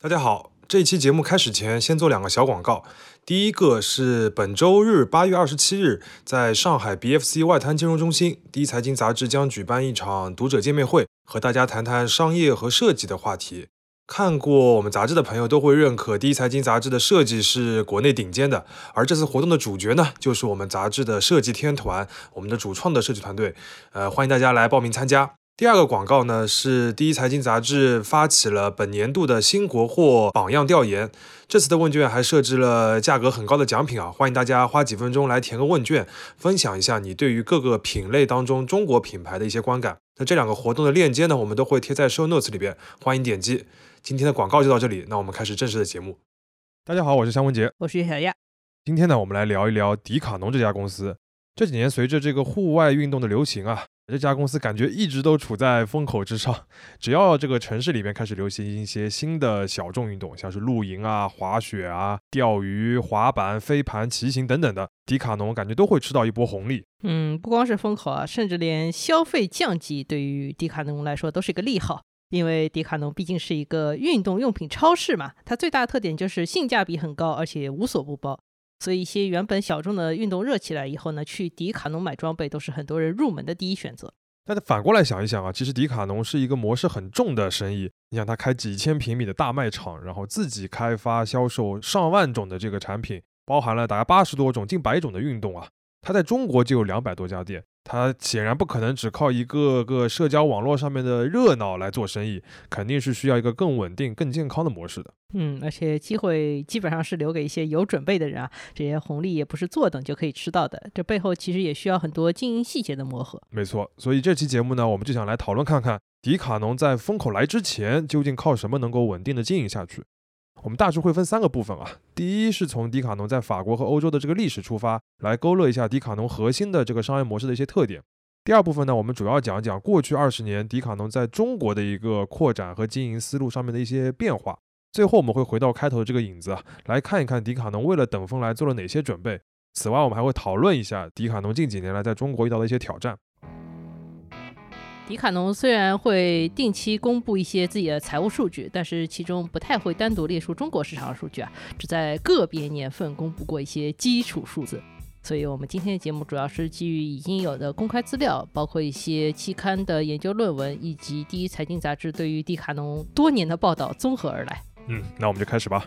大家好，这一期节目开始前，先做2个小广告。第一个是本周日8月27日，在上海 BFC 外滩金融中心，第一财经杂志将举办一场读者见面会，和大家谈谈商业和设计的话题。看过我们杂志的朋友都会认可第一财经杂志的设计是国内顶尖的，而这次活动的主角呢，就是我们杂志的设计天团，我们的主创的设计团队，欢迎大家来报名参加。第二个广告呢，是第一财经杂志发起了本年度的新国货榜样调研，这次的问卷还设置了价格很高的奖品啊，欢迎大家花几分钟来填个问卷，分享一下你对于各个品类当中中国品牌的一些观感。那这2个活动的链接呢，我们都会贴在 show notes 里边，欢迎点击。今天的广告就到这里，那我们开始正式的节目。大家好，我是香文杰， 我是小亚。 今天呢，我们来聊一聊迪卡侬这家公司。这几年随着这个户外运动的流行啊，这家公司感觉一直都处在风口之上。只要这个城市里面开始流行一些新的小众运动，像是露营啊、滑雪啊、钓鱼、滑板、飞盘、骑行等等的，迪卡侬感觉都会吃到一波红利。 不光是风口啊，甚至连消费降级对于迪卡侬来说都是一个利好。因为迪卡侬毕竟是一个运动用品超市嘛，它最大的特点就是性价比很高，而且无所不包。所以一些原本小众的运动热起来以后呢，去迪卡侬买装备都是很多人入门的第一选择。 但反过来想一想啊，其实迪卡侬是一个模式很重的生意。你想，他开几千平米的大卖场，然后自己开发销售上万种的这个产品，包含了大概80多种、近100种的运动啊。他在中国就有200多家店，他显然不可能只靠一个社交网络上面的热闹来做生意，肯定是需要一个更稳定、更健康的模式的。 而且机会基本上是留给一些有准备的人啊，这些红利也不是坐等就可以吃到的，这背后其实也需要很多经营细节的磨合。 没错，所以这期节目呢，我们就想来讨论看看迪卡侬在风口来之前究竟靠什么能够稳定的经营下去。我们大致会分3个部分啊。第一是从迪卡侬在法国和欧洲的这个历史出发，来勾勒一下迪卡侬核心的这个商业模式的一些特点。第二部分呢，我们主要讲一讲过去20年迪卡侬在中国的一个扩展和经营思路上面的一些变化。最后我们会回到开头的这个影子啊，来看一看迪卡侬为了等风来做了哪些准备。此外我们还会讨论一下迪卡侬近几年来在中国遇到的一些挑战。 迪卡侬虽然会定期公布一些自己的财务数据，但是其中不太会单独列出中国市场的数据啊，只在个别年份公布过一些基础数字。所以我们今天的节目主要是基于已经有的公开资料，包括一些期刊的研究论文，以及第一财经杂志对于迪卡侬多年的报道综合而来。 那我们就开始吧。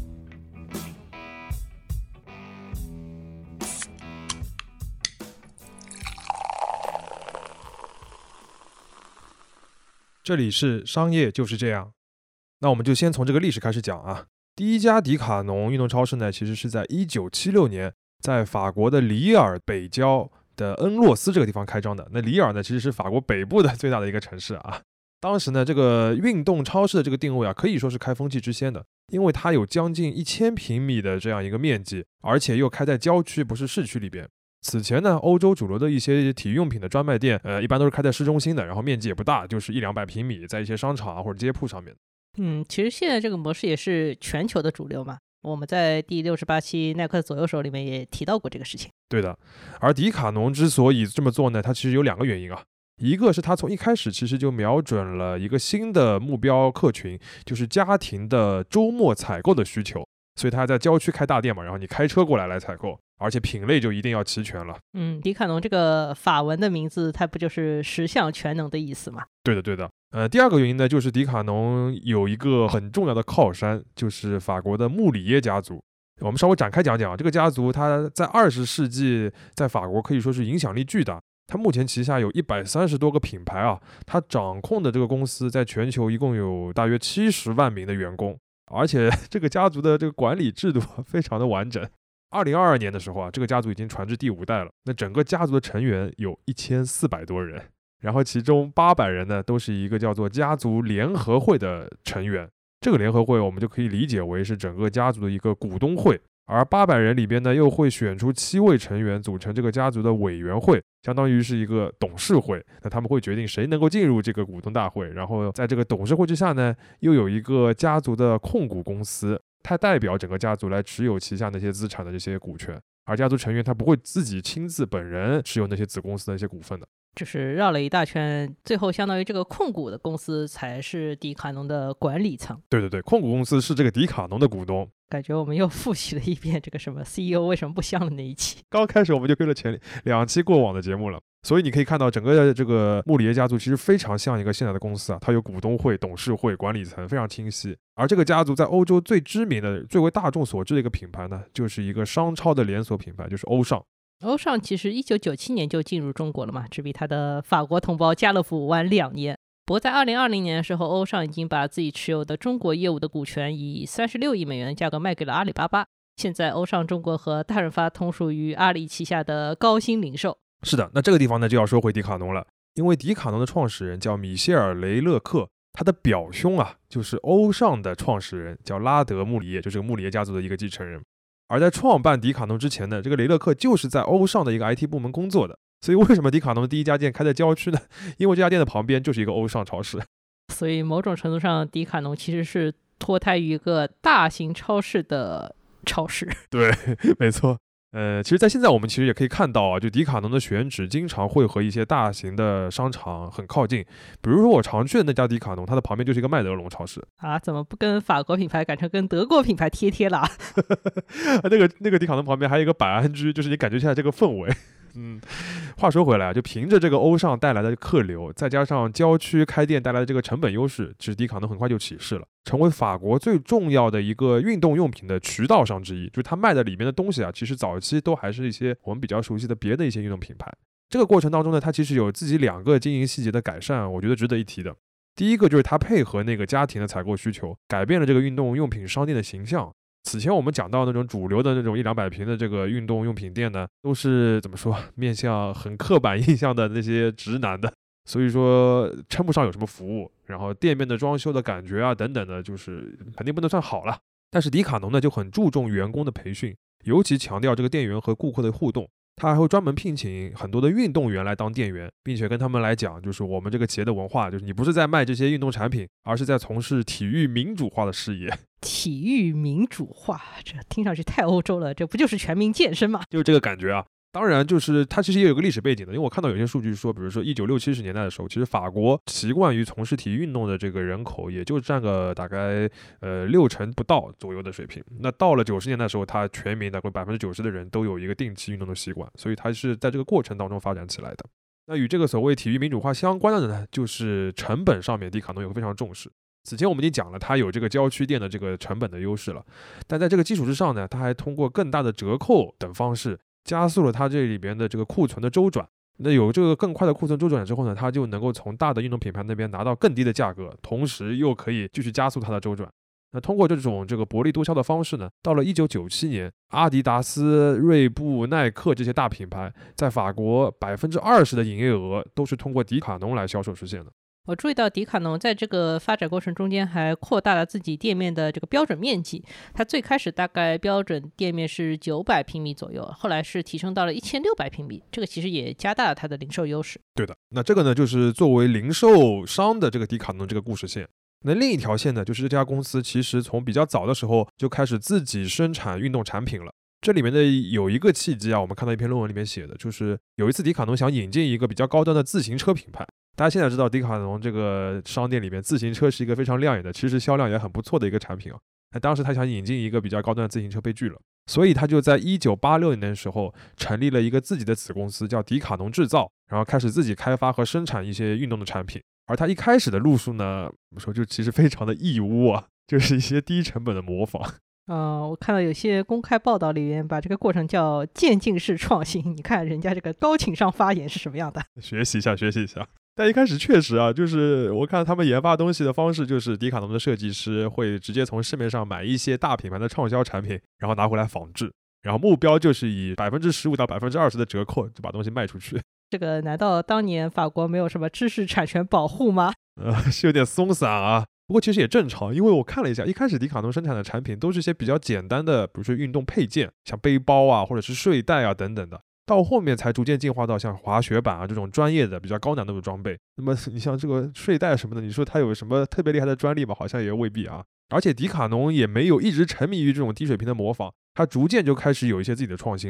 这里是商业就是这样。那我们就先从这个历史开始讲啊。第一家迪卡侬运动超市呢，其实是在1976年在法国的里尔北郊的恩洛斯这个地方开张的。那里尔呢，其实是法国北部的最大的一个城市啊。当时呢，这个运动超市的这个定位啊，可以说是开风气之先的，因为它有将近1000平米的这样一个面积，而且又开在郊区，不是市区里边。此前呢，欧洲主流的一些体育用品的专卖店，一般都是开在市中心的，然后面积也不大，就是100-200平米，在一些商场或者街铺上面。 其实现在这个模式也是全球的主流嘛。我们在第68期耐克左右手里面也提到过这个事情。 对的，而迪卡侬之所以这么做呢，它其实有2个原因啊。一个是它从一开始其实就瞄准了一个新的目标客群，就是家庭的周末采购的需求，所以它在郊区开大店嘛，然后你开车过来采购，而且品类就一定要齐全了。 迪卡侬这个法文的名字，它不就是十项全能的意思吗？ 对的。第2个原因呢，就是迪卡侬有一个很重要的靠山，就是法国的穆里耶家族。我们稍微展开讲讲，这个家族它在20世纪在法国可以说是影响力巨大。它目前旗下有130多个品牌啊，它掌控的这个公司在全球一共有大约70万名的员工，而且这个家族的这个管理制度非常的完整。2022年的时候啊，这个家族已经传至第5代了。那整个家族的成员有1400多人，然后其中800人呢都是一个叫做家族联合会的成员。这个联合会我们就可以理解为是整个家族的一个股东会，而800人里边呢又会选出7位成员组成这个家族的委员会，相当于是一个董事会。那他们会决定谁能够进入这个股东大会，然后在这个董事会之下呢，又有一个家族的控股公司，它代表整个家族来持有旗下那些资产的这些股权，而家族成员他不会自己亲自本人持有那些子公司的一些股份的。 就是绕了一大圈，最后相当于这个控股的公司才是迪卡侬的管理层。 对对对，控股公司是这个迪卡侬的股东。 感觉我们又复习了一遍这个什么 CEO 为什么不香的那一期。 刚开始我们就跟了前2期过往的节目了，所以你可以看到整个这个穆里耶家族其实非常像一个现在的公司啊，它有股东会、董事会、管理层，非常清晰。而这个家族在欧洲最知名的、最为大众所知的一个品牌呢，就是一个商超的连锁品牌，就是欧尚。 欧尚其实1997年就进入中国了嘛，只比他的法国同胞家乐福晚2年。不过在2020年的时候，欧尚已经把自己持有的中国业务的股权以36亿美元的价格卖给了阿里巴巴。现在欧尚中国和大润发同属于阿里旗下的高新零售。 是的，那这个地方呢就要说回迪卡侬了，因为迪卡侬的创始人叫米歇尔·雷勒克，他的表兄啊就是欧尚的创始人叫拉德·穆里耶，就是穆里耶家族的一个继承人。而在创办迪卡侬之前呢，这个雷勒克就是在欧尚的一个 IT 部门工作的。所以为什么迪卡侬的第一家店开在郊区呢？因为这家店的旁边就是一个欧尚超市。 所以某种程度上，迪卡侬其实是脱胎于一个大型超市的超市。 对，没错。其实在现在我们其实也可以看到啊，就迪卡侬的选址经常会和一些大型的商场很靠近。比如说我常去的那家迪卡侬，它的旁边就是一个麦德龙超市啊，怎么不跟法国品牌改成跟德国品牌贴了？ 那个迪卡侬旁边还有一个百安居，就是你感觉一下这个氛围。话说回来啊，就凭着这个欧尚带来的客流，再加上郊区开店带来的这个成本优势，其实迪卡侬很快就起势了，成为法国最重要的一个运动用品的渠道商之一。就是它卖的里面的东西啊，其实早期都还是一些我们比较熟悉的别的一些运动品牌。这个过程当中呢，它其实有自己2个经营细节的改善，我觉得值得一提的。第一个就是它配合那个家庭的采购需求，改变了这个运动用品商店的形象。此前我们讲到那种主流的那种100-200平的这个运动用品店呢，都是怎么说，面向很刻板印象的那些直男的，所以说称不上有什么服务，然后店面的装修的感觉啊等等的，就是肯定不能算好了。但是迪卡侬呢就很注重员工的培训，尤其强调这个店员和顾客的互动。他还会专门聘请很多的运动员来当店员，并且跟他们来讲，就是我们这个企业的文化，就是你不是在卖这些运动产品，而是在从事体育民主化的事业。 体育民主化，这听上去太欧洲了，这不就是全民健身吗？ 就是这个感觉啊。当然，就是它其实也有个历史背景的，因为我看到有些数据说，比如说1960-70年代的时候，其实法国习惯于从事体育运动的这个人口也就占个大概60%不到左右的水平。那到了90年代的时候，它全民大概90%的人都有一个定期运动的习惯，所以它是在这个过程当中发展起来的。那与这个所谓体育民主化相关的呢，就是成本上面，迪卡侬有个非常重视。此前我们已经讲了，它有这个郊区店的这个成本的优势了，但在这个基础之上呢，它还通过更大的折扣等方式，加速了它这里边的这个库存的周转。那有这个更快的库存周转之后呢，它就能够从大的运动品牌那边拿到更低的价格，同时又可以继续加速它的周转。那通过这种这个薄利多销的方式呢，到了1997年，阿迪达斯、锐步、耐克这些大品牌在法国20%的营业额都是通过迪卡侬来销售实现的。 我注意到迪卡侬在这个发展过程中间还扩大了自己店面的这个标准面积，它最开始大概标准店面是900平米左右，后来是提升到了1600平米，这个其实也加大了它的零售优势。 对的，那这个呢就是作为零售商的这个迪卡侬这个故事线。那另一条线呢，就是这家公司其实从比较早的时候就开始自己生产运动产品了。这里面的有一个契机啊，我们看到一篇论文里面写的，就是有一次迪卡侬想引进一个比较高端的自行车品牌。大家现在知道迪卡侬这个商店里面自行车是一个非常亮眼的，其实销量也很不错的一个产品啊。那当时他想引进一个比较高端的自行车被拒了，所以他就在1986年的时候成立了一个自己的子公司，叫迪卡侬制造，然后开始自己开发和生产一些运动的产品。而他一开始的路数呢，我们说就其实非常的义乌啊，就是一些低成本的模仿。 我看到有些公开报道里面把这个过程叫渐进式创新，你看人家这个高情商发言是什么样的？ 学习一下，学习一下。但一开始确实啊，就是我看他们研发东西的方式，就是迪卡侬的设计师会直接从市面上买一些大品牌的畅销产品，然后拿回来仿制，然后目标就是以15%到20%的折扣就把东西卖出去。 这个难道当年法国没有什么知识产权保护吗？ 是有点松散啊。不过其实也正常，因为我看了一下，一开始迪卡侬生产的产品都是一些比较简单的，比如说运动配件，像背包啊，或者是睡袋啊等等的。到后面才逐渐进化到像滑雪板啊这种专业的比较高难度的装备。那么你像这个睡袋什么的，你说它有什么特别厉害的专利吗？好像也未必啊。而且迪卡侬也没有一直沉迷于这种低水平的模仿，它逐渐就开始有一些自己的创新了。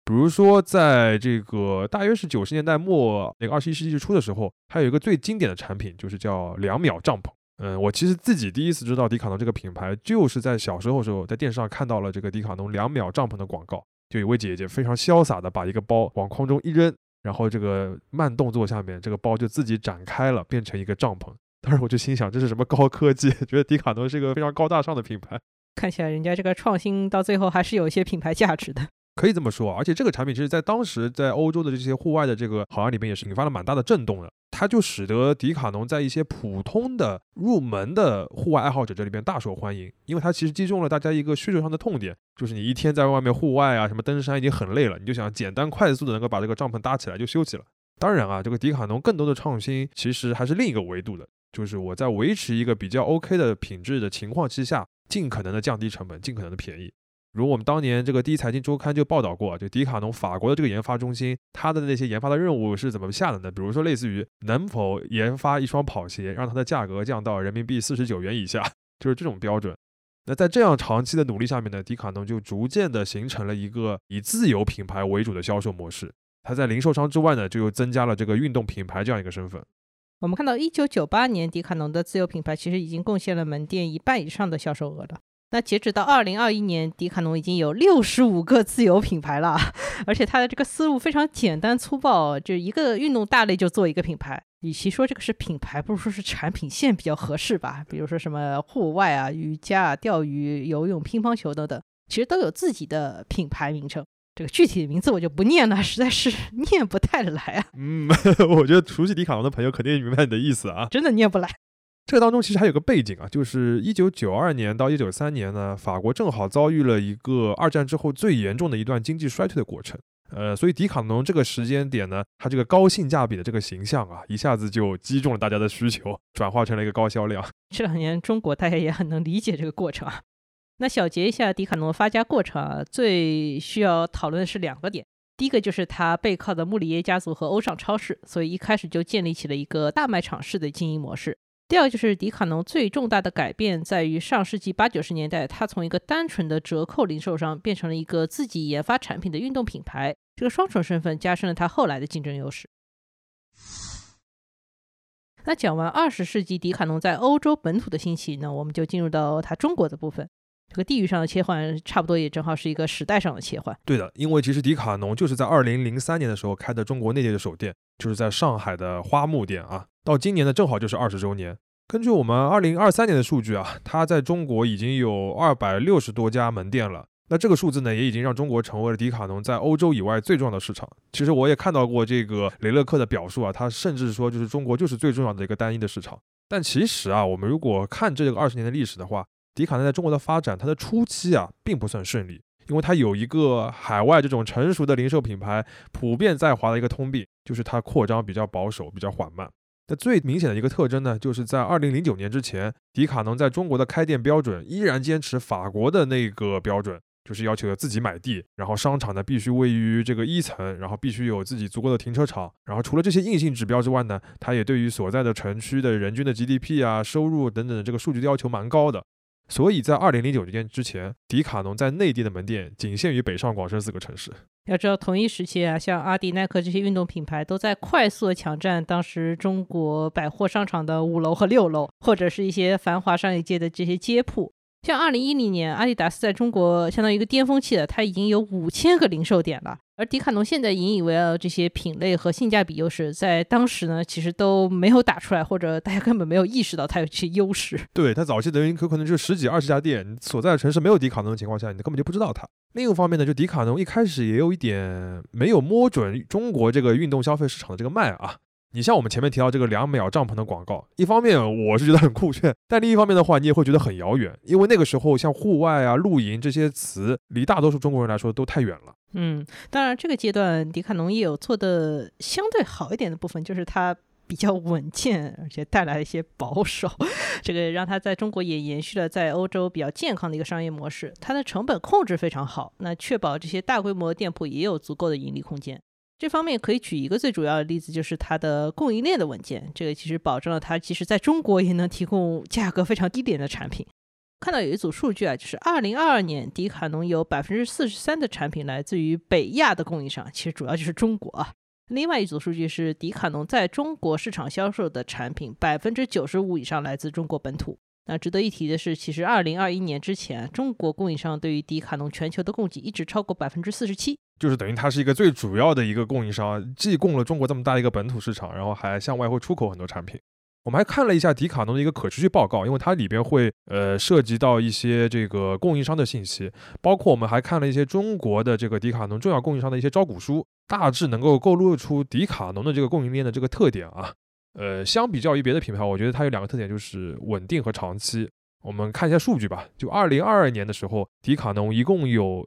比如说在这个大约是90年代末那个21世纪初的时候，还有一个最经典的产品就是叫2秒帐篷。我其实自己第一次知道迪卡侬这个品牌，就是在小时候的时候在电视上看到了这个迪卡侬2秒帐篷的广告，就有位姐姐非常潇洒的把一个包往空中一扔，然后这个慢动作下面这个包就自己展开了，变成一个帐篷。当时我就心想，这是什么高科技？觉得迪卡侬是一个非常高大上的品牌。 看起来人家这个创新到最后还是有一些品牌价值的。 可以这么说，而且这个产品其实在当时在欧洲的这些户外的这个行业里面也是引发了蛮大的震动的，它就使得迪卡侬在一些普通的入门的户外爱好者这里边大受欢迎，因为它其实击中了大家一个需求上的痛点，就是你一天在外面户外啊什么登山已经很累了，你就想简单快速的能够把这个帐篷搭起来就休息了。当然啊，这个迪卡侬更多的创新其实还是另一个维度的，就是我在维持一个比较 OK 的品质的情况之下，尽可能的降低成本，尽可能的便宜。如我们当年这个第一财经周刊就报道过，就迪卡侬法国的这个研发中心，它的那些研发的任务是怎么下的呢？比如说类似于能否研发一双跑鞋，让它的价格降到人民币49元以下，就是这种标准。那在这样长期的努力下面呢，迪卡侬就逐渐的形成了一个以自有品牌为主的销售模式。它在零售商之外呢，就又增加了这个运动品牌这样一个身份。 我们看到1998年迪卡侬的自有品牌其实已经贡献了门店1半以上的销售额了。那截止到2021年，迪卡侬已经有65个自有品牌了，而且它的这个思路非常简单粗暴，就一个运动大类就做一个品牌。与其说这个是品牌，不如说是产品线比较合适吧。比如说什么户外啊、瑜伽、钓鱼、游泳、乒乓球等等，其实都有自己的品牌名称。这个具体的名字我就不念了，实在是念不太来啊。 我觉得熟悉迪卡侬的朋友肯定明白你的意思啊， 真的念不来。 这个当中其实还有个背景啊，就是1992年到1993年呢，法国正好遭遇了一个2战之后最严重的一段经济衰退的过程。所以迪卡侬这个时间点呢，它这个高性价比的这个形象啊，一下子就击中了大家的需求，转化成了一个高销量。 这2年中国大家也很能理解这个过程啊。那小结一下迪卡侬发家过程啊，最需要讨论的是2个点。第一个就是它背靠的穆里耶家族和欧尚超市，所以一开始就建立起了一个大卖场式的经营模式。第二个就是迪卡侬最重大的改变在于上世纪80、90年代，它从一个单纯的折扣零售商变成了一个自己研发产品的运动品牌，这个双重身份加深了它后来的竞争优势。那讲完20世纪迪卡侬在欧洲本土的兴起呢，我们就进入到它中国的部分。这个地域上的切换差不多也正好是一个时代上的切换。 对的，因为其实迪卡侬就是在2003年的时候开的中国内地的首店，就是在上海的花木店啊。到今年呢正好就是20周年。根据我们2023年的数据啊，它在中国已经有260多家门店了。那这个数字呢，也已经让中国成为了迪卡侬在欧洲以外最重要的市场。其实我也看到过这个雷勒克的表述啊，他甚至说就是中国就是最重要的一个单一的市场。但其实啊，我们如果看这个20年的历史的话，迪卡侬在中国的发展，它的初期啊并不算顺利，因为它有一个海外这种成熟的零售品牌普遍在华的一个通病，就是它扩张比较保守，比较缓慢。那最明显的一个特征呢，就是在2009年之前，迪卡侬在中国的开店标准依然坚持法国的那个标准，就是要求自己买地，然后商场呢必须位于这个1层，然后必须有自己足够的停车场。然后除了这些硬性指标之外呢，它也对于所在的城区的人均的 GDP 啊、收入等等的这个数据的要求蛮高的。所以在2009年之前，迪卡侬在内地的门店仅限于北上广深4个城市。 要知道同一时期啊，像阿迪、耐克这些运动品牌都在快速的抢占当时中国百货商场的5楼和6楼，或者是一些繁华商业街的这些街铺。像2010年阿迪达斯在中国相当于一个巅峰期的，它已经有5000个零售点了。而迪卡侬现在引以为傲这些品类和性价比优势，在当时呢其实都没有打出来，或者大家根本没有意识到它有这些优势。 对，它早期等于可能就10几20家店，你所在的城市没有迪卡侬的情况下，你根本就不知道它。另一方面呢，就迪卡侬一开始也有一点没有摸准中国这个运动消费市场的这个脉啊。你像我们前面提到这个2秒帐篷的广告，一方面我是觉得很酷炫，但另一方面的话你也会觉得很遥远，因为那个时候像户外啊、露营这些词离大多数中国人来说都太远了。 当然这个阶段迪卡侬也有做的相对好一点的部分，就是它比较稳健，而且带来一些保守，这个让它在中国也延续了在欧洲比较健康的一个商业模式。它的成本控制非常好，那确保这些大规模店铺也有足够的盈利空间。这方面可以举一个最主要的例子，就是它的供应链的稳健，这个其实保证了它其实在中国也能提供价格非常低廉的产品。 看到有一组数据啊，就是2022年迪卡侬有43%的产品来自于北亚的供应商，其实主要就是中国啊。另外一组数据是迪卡侬在中国市场销售的产品95%以上来自中国本土。那值得一提的是，其实2021年之前，中国供应商对于迪卡侬全球的供给一直超过47%， 就是等于它是一个最主要的一个供应商，既供了中国这么大一个本土市场，然后还向外会出口很多产品。我们还看了一下迪卡侬的一个可持续报告，因为它里边会涉及到一些这个供应商的信息，包括我们还看了一些中国的这个迪卡侬重要供应商的一些招股书，大致能够勾勒出迪卡侬的这个供应链的这个特点啊。相比较于别的品牌，我觉得它有两个特点，就是稳定和长期。我们看一下数据吧，就2022年的时候，迪卡侬一共有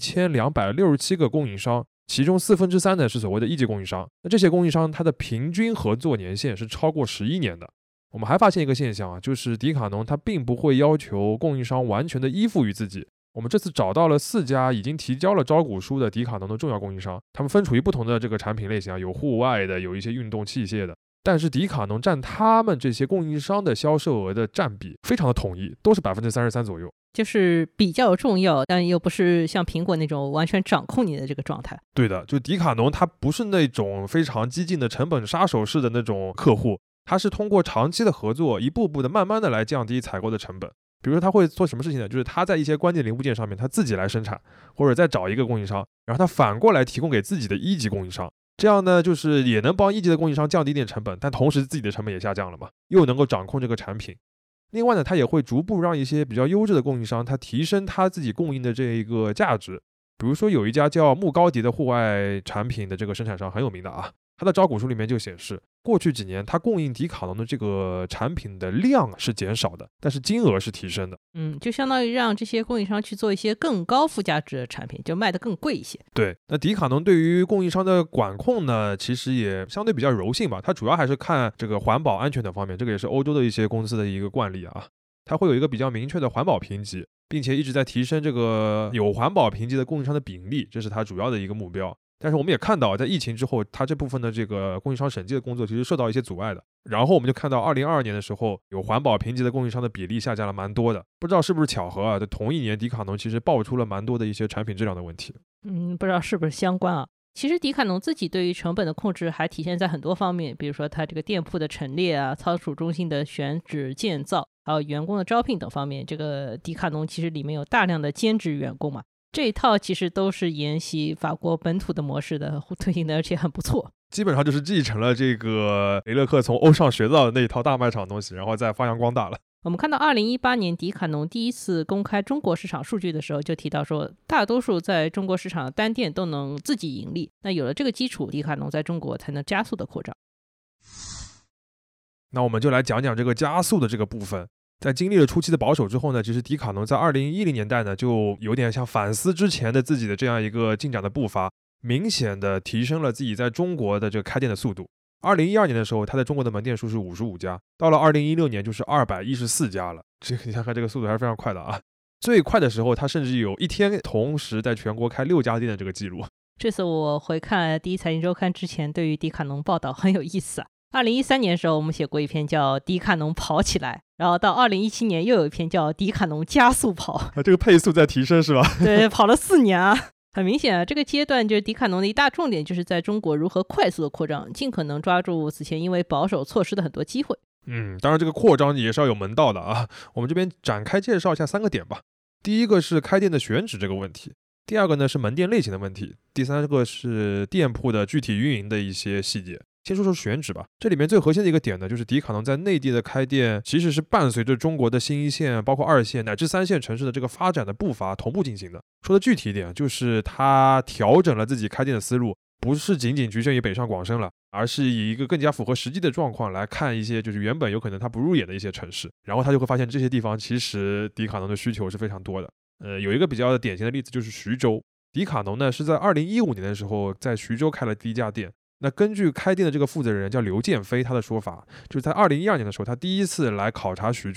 1267个供应商，其中3/4呢是所谓的一级供应商。那这些供应商它的平均合作年限是超过11年的。我们还发现一个现象啊，就是迪卡侬它并不会要求供应商完全的依附于自己。我们这次找到了4家已经提交了招股书的迪卡侬的重要供应商，他们分处于不同的这个产品类型啊，有户外的，有一些运动器械的。但是迪卡侬占他们这些供应商的销售额的占比非常的统一，都是33%左右， 就是比较重要，但又不是像苹果那种完全掌控你的这个状态。 对的，就迪卡侬它不是那种非常激进的成本杀手式的那种客户，它是通过长期的合作，一步步的慢慢的来降低采购的成本。比如说他会做什么事情呢？就是他在一些关键零部件上面他自己来生产，或者再找一个供应商，然后他反过来提供给自己的一级供应商。这样呢，就是也能帮一级的供应商降低一点成本，但同时自己的成本也下降了嘛，又能够掌控这个产品。另外呢，他也会逐步让一些比较优质的供应商，他提升他自己供应的这一个价值。比如说有一家叫木高迪的户外产品的这个生产商很有名的啊，他的招股书里面就显示，过去几年他供应迪卡侬的这个产品的量是减少的，但是金额是提升的。 就相当于让这些供应商去做一些更高附加值的产品，就卖得更贵一些。 对，那迪卡侬对于供应商的管控呢，其实也相对比较柔性吧，它主要还是看这个环保安全等方面，这个也是欧洲的一些公司的一个惯例啊。它会有一个比较明确的环保评级，并且一直在提升这个有环保评级的供应商的比例，这是它主要的一个目标。但是我们也看到，在疫情之后，它这部分的这个供应商审计的工作其实受到一些阻碍的。然后我们就看到2022年的时候，有环保评级的供应商的比例下降了蛮多的。不知道是不是巧合啊？在同一年，迪卡侬其实爆出了蛮多的一些产品质量的问题。 不知道是不是相关啊？其实迪卡侬自己对于成本的控制还体现在很多方面，比如说它这个店铺的陈列啊、仓储中心的选址建造，还有员工的招聘等方面。这个迪卡侬其实里面有大量的兼职员工嘛，这一套其实都是沿袭法国本土的模式的推行的，而且很不错。 基本上就是继承了这个雷勒克从欧尚学到的那一套大卖场东西，然后再发扬光大了。 我们看到2018年迪卡侬第一次公开中国市场数据的时候，就提到说大多数在中国市场的单店都能自己盈利。那有了这个基础，迪卡侬在中国才能加速的扩张。 那我们就来讲讲这个加速的这个部分。在经历了初期的保守之后呢，其实迪卡侬在2010年代呢，就有点像反思之前的自己的这样一个进展的步伐，明显的提升了自己在中国的这个开店的速度。2012年的时候，他在中国的门店数是55家，到了2016年就是214家了。这个你看看这个速度还是非常快的啊！最快的时候，他甚至有一天同时在全国开6家店的这个记录。 这次我回看第一财经周刊之前对于迪卡侬报道很有意思啊。2013年的时候，我们写过一篇叫迪卡侬跑起来，然后到2017年又有一篇叫迪卡侬加速跑。 这个配速在提升是吧？ 对，跑了4年啊。很明显啊，这个阶段就是迪卡侬的一大重点，就是在中国如何快速的扩张，尽可能抓住此前因为保守错失的很多机会。 当然这个扩张也是要有门道的啊。我们这边展开介绍一下3个点吧。第一个是开店的选址这个问题，第二个呢是门店类型的问题，第三个是店铺的具体运营的一些细节。先说说选址吧，这里面最核心的一个点呢，就是迪卡侬在内地的开店其实是伴随着中国的新一线、包括2线乃至3线城市的这个发展的步伐同步进行的。说的具体一点，就是它调整了自己开店的思路，不是仅仅局限于北上广深了，而是以一个更加符合实际的状况来看一些就是原本有可能它不入眼的一些城市，然后他就会发现这些地方其实迪卡侬的需求是非常多的。有一个比较典型的例子就是徐州，迪卡侬呢是在2015年的时候在徐州开了第一家店。那根据开店的这个负责人叫刘建飞，他的说法就是在2012年的时候，他第一次来考察徐州，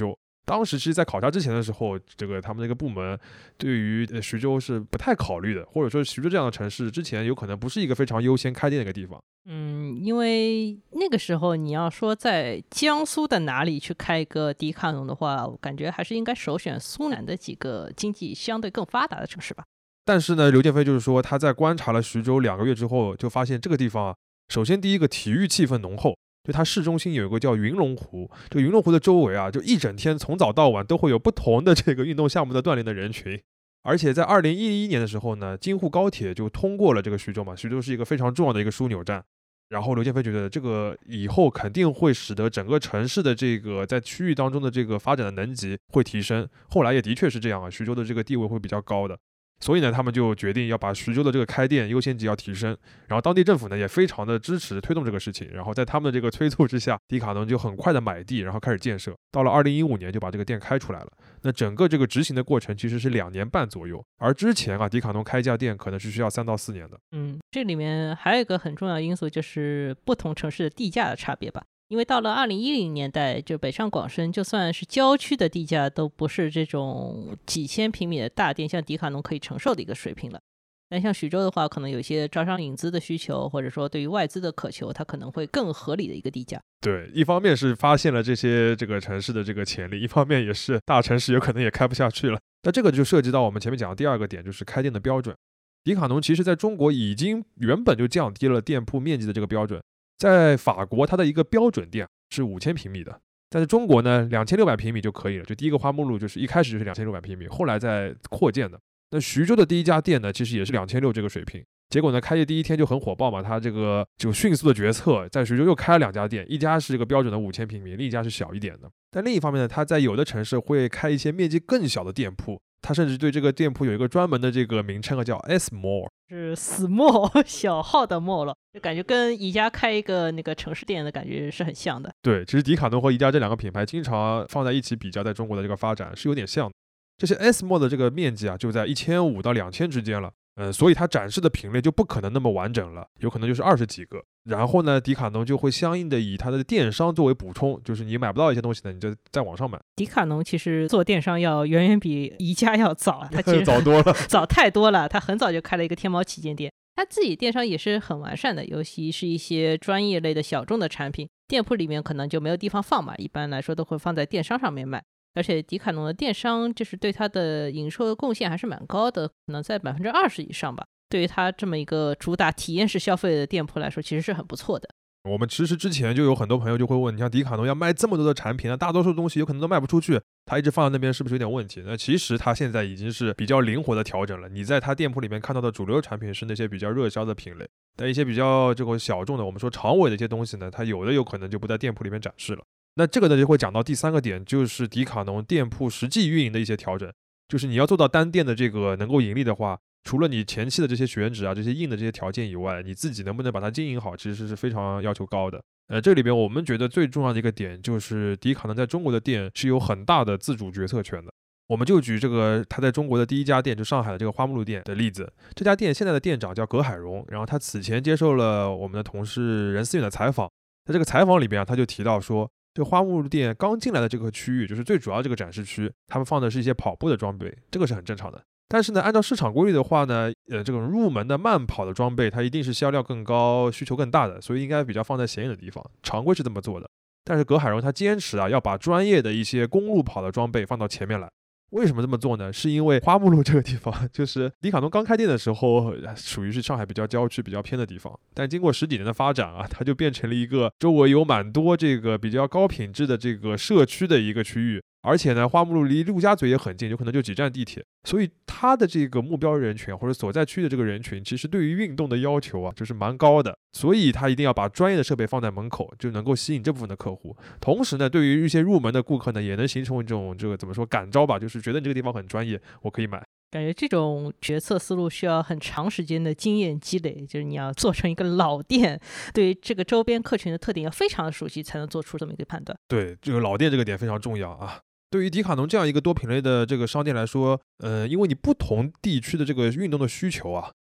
当时其实在考察之前的时候，这个他们那个部门对于徐州是不太考虑的，或者说徐州这样的城市之前有可能不是一个非常优先开店的一个地方。 因为那个时候你要说在江苏的哪里去开一个迪卡侬的话，我感觉还是应该首选苏南的几个经济相对更发达的城市吧。 但是呢，刘建飞就是说他在观察了徐州2个月之后，就发现这个地方啊，首先第一个体育气氛浓厚，就它市中心有一个叫云龙湖，这个云龙湖的周围啊，就一整天从早到晚都会有不同的这个运动项目的锻炼的人群。而且在2011年的时候呢，京沪高铁就通过了这个徐州嘛，徐州是一个非常重要的一个枢纽站。然后刘建飞觉得这个以后肯定会使得整个城市的这个在区域当中的这个发展的能级会提升。后来也的确是这样啊，徐州的这个地位会比较高的。所以呢，他们就决定要把徐州的这个开店优先级要提升，然后当地政府呢也非常的支持推动这个事情，然后在他们的这个催促之下，迪卡侬就很快的买地，然后开始建设，到了2015年就把这个店开出来了。那整个这个执行的过程其实是2年半左右，而之前啊，迪卡侬开一家店可能是需要3到4年的。 这里面还有一个很重要的因素就是不同城市的地价的差别吧。因为到了2010年代，就北上广深，就算是郊区的地价都不是这种几千平米的大店像迪卡侬可以承受的一个水平了。但像徐州的话，可能有些招商引资的需求，或者说对于外资的渴求，它可能会更合理的一个地价。 对，一方面是发现了这个城市的这个潜力，一方面也是大城市有可能也开不下去了。那这个就涉及到我们前面讲的第2个点，就是开店的标准。迪卡侬其实在中国已经原本就降低了店铺面积的这个标准。在法国，它的一个标准店是5000平米的，但是中国呢，2600平米就可以了。就第一个花木路就是一开始就是2600平米，后来再扩建的。那徐州的第一家店呢，其实也是2600这个水平。结果呢，开业第一天就很火爆嘛，它这个就迅速的决策，在徐州又开了2家店，一家是这个标准的5000平米，另一家是小一点的。但另一方面呢，它在有的城市会开一些面积更小的店铺，它甚至对这个店铺有一个专门的这个名称叫 S Mall， 是 small 小号的 mall 了，就感觉跟宜家开一个那个城市店的感觉是很像的。 对，其实迪卡侬和宜家这2个品牌经常放在一起比较，在中国的这个发展是有点像的。这些 S Mall 的这个面积啊，就在1500到2000之间了。所以它展示的品类就不可能那么完整了，有可能就是20几个。然后呢，迪卡侬就会相应的以它的电商作为补充，就是你买不到一些东西呢，你就在网上买。 迪卡侬其实做电商要远远比宜家要早，它其实早多了， 早太多了。它很早就开了一个天猫旗舰店，它自己电商也是很完善的，尤其是一些专业类的小众的产品，店铺里面可能就没有地方放嘛，一般来说都会放在电商上面卖。而且迪卡侬的电商就是对它的营收的贡献还是蛮高的，可能在20%以上吧。对于它这么一个主打体验式消费的店铺来说，其实是很不错的。 我们其实之前就有很多朋友就会问，你像迪卡侬要卖这么多的产品，大多数东西有可能都卖不出去，它一直放在那边是不是有点问题？那其实它现在已经是比较灵活的调整了。你在它店铺里面看到的主流产品是那些比较热销的品类，但一些比较这个小众的，我们说长尾的一些东西呢，它有可能就不在店铺里面展示了。那这个呢就会讲到第3个点，就是迪卡侬店铺实际运营的一些调整。就是你要做到单店的这个能够盈利的话，除了你前期的这些选址啊、这些硬的这些条件以外，你自己能不能把它经营好，其实是非常要求高的。这里边我们觉得最重要的一个点就是迪卡侬在中国的店是有很大的自主决策权的。我们就举这个他在中国的第一家店，就上海的这个花木路店的例子。这家店现在的店长叫葛海荣，然后他此前接受了我们的同事任思远的采访，在这个采访里边啊，他就提到说，这花木路店刚进来的这个区域，就是最主要这个展示区，他们放的是一些跑步的装备，这个是很正常的。但是呢，按照市场规律的话呢，这种入门的慢跑的装备，它一定是销量更高、需求更大的，所以应该比较放在显眼的地方，常规是这么做的。但是葛海荣他坚持啊，要把专业的一些公路跑的装备放到前面来。为什么这么做呢？是因为花木路这个地方，就是迪卡侬刚开店的时候，属于是上海比较郊区、比较偏的地方。但经过10几年的发展啊，它就变成了一个周围有蛮多这个比较高品质的这个社区的一个区域。而且呢，花木路离陆家嘴也很近，有可能就几站地铁。所以它的这个目标人群或者所在区的这个人群，其实对于运动的要求啊，就是蛮高的。所以它一定要把专业的设备放在门口，就能够吸引这部分的客户。同时呢，对于一些入门的顾客呢，也能形成一种这个怎么说感召吧，就是觉得你这个地方很专业，我可以买。 感觉这种决策思路需要很长时间的经验积累，就是你要做成一个老店，对于这个周边客群的特点要非常的熟悉，才能做出这么一个判断。 对，这个老店这个点非常重要啊。对于迪卡侬这样一个多品类的这个商店来说，因为你不同地区的这个运动的需求啊，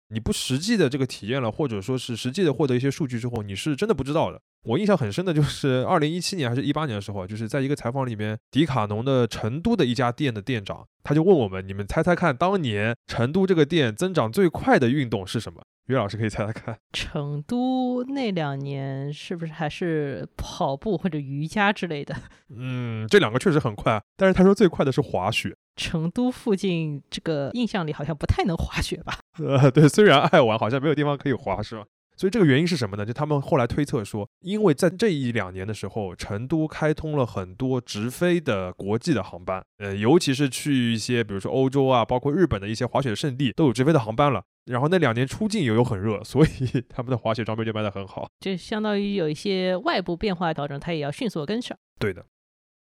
你不实际的这个体验了，或者说是实际的获得一些数据之后，你是真的不知道的。我印象很深的就是2017年还是18年的时候，就是在一个采访里面，迪卡侬的成都的一家店的店长，他就问我们，你们猜猜看，当年成都这个店增长最快的运动是什么？岳老师可以猜猜看。 成都那2年是不是还是跑步或者瑜伽之类的？ 这两个确实很快，但是他说最快的是滑雪。 成都附近这个印象里好像不太能滑雪吧？ 对，虽然爱玩，好像没有地方可以滑，是吧？所以这个原因是什么呢？就他们后来推测说，因为在这1-2年的时候，成都开通了很多直飞的国际的航班，尤其是去一些比如说欧洲啊，包括日本的一些滑雪胜地都有直飞的航班了。然后那2年出境也有很热，所以他们的滑雪装备就卖得很好。 就相当于有一些外部变化调整，它也要迅速跟上。 对的。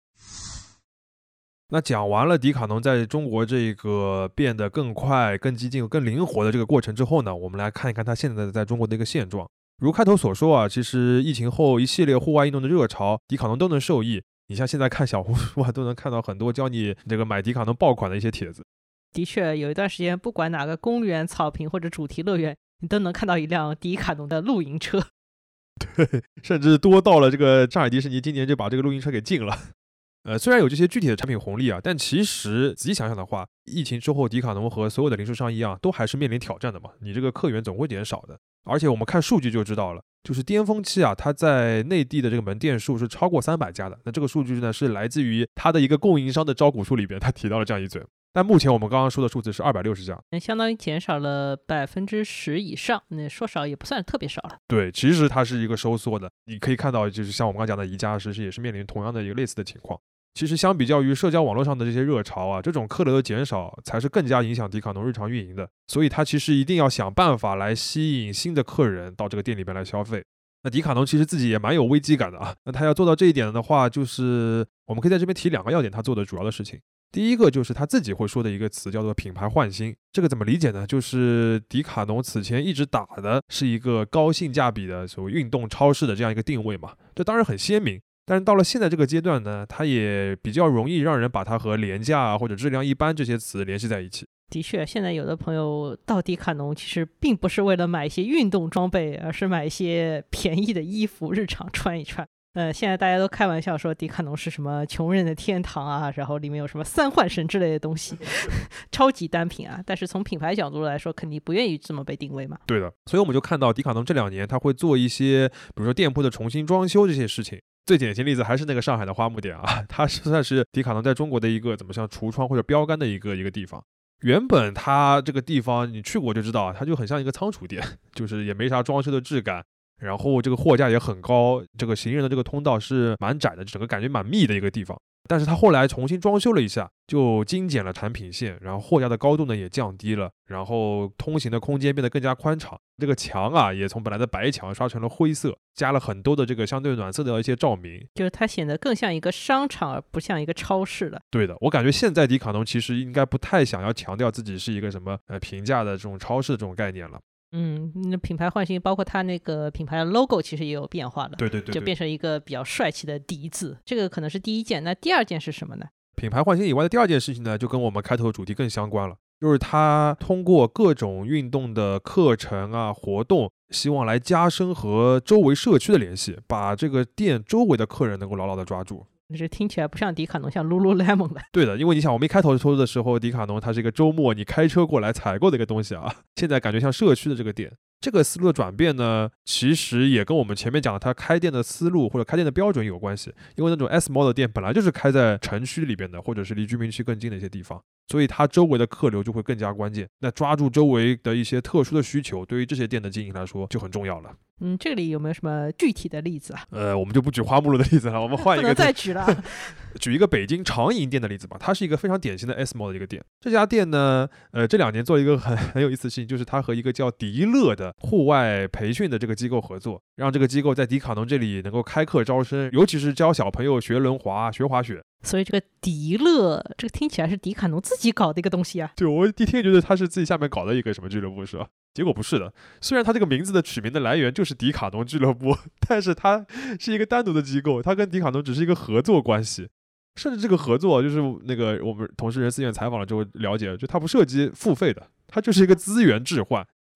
那讲完了迪卡侬在中国这个变得更快、更激进、更灵活的这个过程之后呢，我们来看一看它现在在中国的一个现状。如开头所说啊，其实疫情后一系列户外运动的热潮，迪卡侬都能受益。你像现在看小红书啊，都能看到很多教你这个买迪卡侬爆款的一些帖子。 的确，有一段时间，不管哪个公园、草坪或者主题乐园，你都能看到一辆迪卡侬的露营车。 对，甚至多到了这个上海迪士尼今年就把这个露营车给禁了。虽然有这些具体的产品红利啊，但其实仔细想想的话，疫情之后迪卡侬和所有的零售商一样，都还是面临挑战的嘛。你这个客源总会减少的，而且我们看数据就知道了，就是巅峰期啊，它在内地的这个门店数是超过300家的。那这个数据呢，是来自于它的一个供应商的招股书里边，他提到了这样一嘴。但目前我们刚刚说的数字是260家， 相当于减少了10%以上，那说少也不算特别少了。 对，其实它是一个收缩的。你可以看到，就是像我们刚刚讲的宜家，其实也是面临同样的一个类似的情况。其实相比较于社交网络上的这些热潮啊，这种客流的减少才是更加影响迪卡侬日常运营的。所以它其实一定要想办法来吸引新的客人到这个店里边来消费。那迪卡侬其实自己也蛮有危机感的啊。那他要做到这一点的话，就是我们可以在这边提2个要点，他做的主要的事情。第一个就是他自己会说的一个词叫做品牌焕新。这个怎么理解呢？就是迪卡侬此前一直打的是一个高性价比的所谓运动超市的这样一个定位嘛，这当然很鲜明。但是到了现在这个阶段呢，它也比较容易让人把它和廉价啊或者质量一般这些词联系在一起。 的确，现在有的朋友到迪卡侬其实并不是为了买一些运动装备，而是买一些便宜的衣服日常穿一穿。现在大家都开玩笑说迪卡侬是什么穷人的天堂啊，然后里面有什么3幻神之类的东西超级单品啊。但是从品牌角度来说，肯定不愿意这么被定位嘛。 对的，所以我们就看到迪卡侬这2年它会做一些比如说店铺的重新装修这些事情。最典型例子还是那个上海的花木店啊，它算是迪卡侬在中国的一个怎么像橱窗或者标杆的一个地方。原本它这个地方你去过就知道，它就很像一个仓储店，就是也没啥装修的质感，然后这个货架也很高，这个行人的这个通道是蛮窄的，整个感觉蛮密的一个地方。但是它后来重新装修了一下，就精简了产品线，然后货架的高度呢也降低了，然后通行的空间变得更加宽敞。这个墙啊也从本来的白墙刷成了灰色，加了很多的这个相对暖色的一些照明， 就是它显得更像一个商场而不像一个超市了。 对的，我感觉现在迪卡侬其实应该不太想要强调自己是一个什么平价的这种超市的这种概念了。 那品牌焕新包括它那个品牌的 logo 其实也有变化了， 对， 就变成一个比较帅气的迪字。这个可能是第一件。那第二件是什么呢？ 品牌焕新以外的第二件事情呢，就跟我们开头的主题更相关了，就是它通过各种运动的课程啊活动，希望来加深和周围社区的联系，把这个店周围的客人能够牢牢的抓住。 这听起来不像迪卡侬，像 Lululemon 了。 对的，因为你想，我们一开头说的时候，迪卡侬它是一个周末你开车过来采购的一个东西啊，现在感觉像社区的这个店。这个思路的转变呢，其实也跟我们前面讲的它开店的思路或者开店的标准有关系。因为那种 S Mall 的店本来就是开在城区里边的，或者是离居民区更近的一些地方，所以它周围的客流就会更加关键。那抓住周围的一些特殊的需求，对于这些店的经营来说就很重要了。 这里有没有什么具体的例子啊？ 我们就不举花木路的例子了，我们换一个不能再举了举一个北京长营店的例子吧。它是一个非常典型的 S Mall 的一个店。这家店呢，这2年做了一个很有意思的事情，就是它和一个叫迪乐的户外培训的这个机构合作，让这个机构在迪卡侬这里能够开课招生，尤其是教小朋友学轮滑、学滑雪。 所以这个迪乐，这个听起来是迪卡侬自己搞的一个东西啊。 对，我一听觉得它是自己下面搞的一个什么俱乐部是吧？结果不是的，虽然它这个名字的取名的来源就是迪卡侬俱乐部，但是它是一个单独的机构，它跟迪卡侬只是一个合作关系。甚至这个合作就是那个我们同事任思远采访了之后了解，就它不涉及付费的，它就是一个资源置换。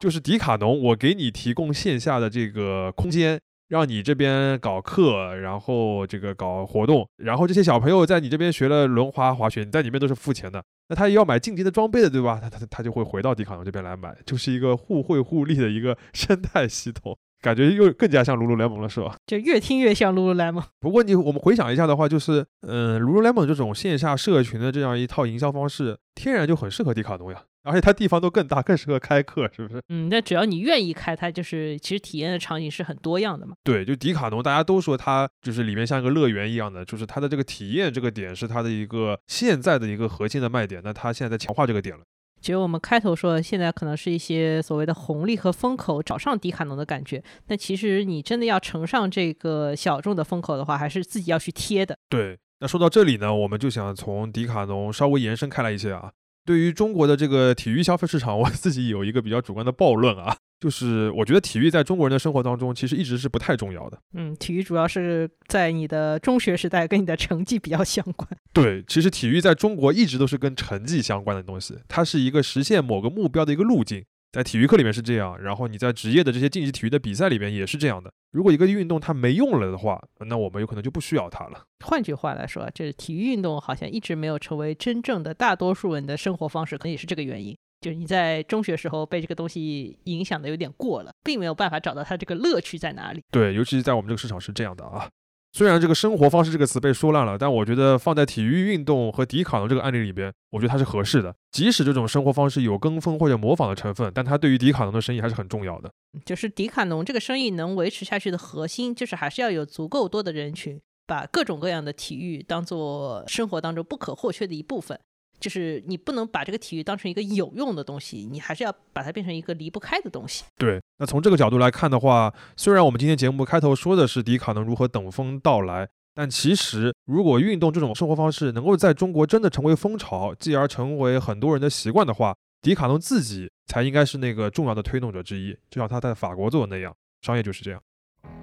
就是迪卡侬，我给你提供线下的这个空间，让你这边搞课，然后这个搞活动，然后这些小朋友在你这边学了轮滑滑雪，你在里面都是付钱的，那他也要买竞技的装备的，对吧？他就会回到迪卡侬这边来买，就是一个互惠互利的一个生态系统。感觉又更加像 Lululemon 了，是吧？ 就越听越像 Lululemon。 不过我们回想一下的话，就是Lululemon 这种线下社群的这样一套营销方式，天然就很适合迪卡侬呀。而且它地方都更大，更适合开课，是不是？ 但只要你愿意开，它就是其实体验的场景是很多样的嘛。 对，就迪卡侬，大家都说它就是里面像一个乐园一样的，就是它的这个体验这个点是它的一个现在的一个核心的卖点。那它现在在强化这个点了。 其实我们开头说现在可能是一些所谓的红利和风口找上迪卡侬的感觉，但其实你真的要乘上这个小众的风口的话，还是自己要去贴的。 对，那说到这里呢，我们就想从迪卡侬稍微延伸开来一些啊。对于中国的这个体育消费市场，我自己有一个比较主观的暴论啊，就是我觉得体育在中国人的生活当中其实一直是不太重要的。 体育主要是在你的中学时代跟你的成绩比较相关。 对，其实体育在中国一直都是跟成绩相关的东西，它是一个实现某个目标的一个路径。在体育课里面是这样，然后你在职业的这些竞技体育的比赛里面也是这样的。如果一个运动它没用了的话，那我们有可能就不需要它了。 换句话来说，这体育运动好像一直没有成为真正的大多数人的生活方式，可能也是这个原因。就是你在中学时候被这个东西影响的有点过了，并没有办法找到它这个乐趣在哪里。 对，尤其是在我们这个市场是这样的啊。虽然这个生活方式这个词被说烂了，但我觉得放在体育运动和迪卡侬这个案例里边，我觉得它是合适的。即使这种生活方式有跟风或者模仿的成分，但它对于迪卡侬的生意还是很重要的。 就是迪卡侬这个生意能维持下去的核心，就是还是要有足够多的人群把各种各样的体育当做生活当中不可或缺的一部分。就是你不能把这个体育当成一个有用的东西，你还是要把它变成一个离不开的东西。 对，那从这个角度来看的话，虽然我们今天节目开头说的是迪卡侬如何等风到来，但其实如果运动这种生活方式能够在中国真的成为风潮，继而成为很多人的习惯的话，迪卡侬自己才应该是那个重要的推动者之一，就像他在法国做的那样，商业就是这样。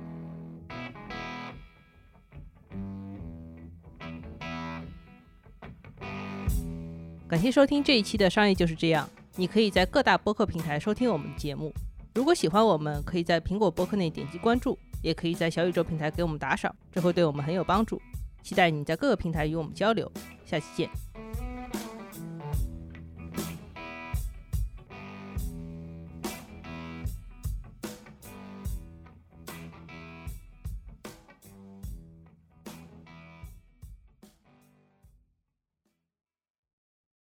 感谢收听这一期的商业就是这样，你可以在各大播客平台收听我们的节目。如果喜欢我们，可以在苹果播客内点击关注，也可以在小宇宙平台给我们打赏，这会对我们很有帮助。期待你在各个平台与我们交流，下期见。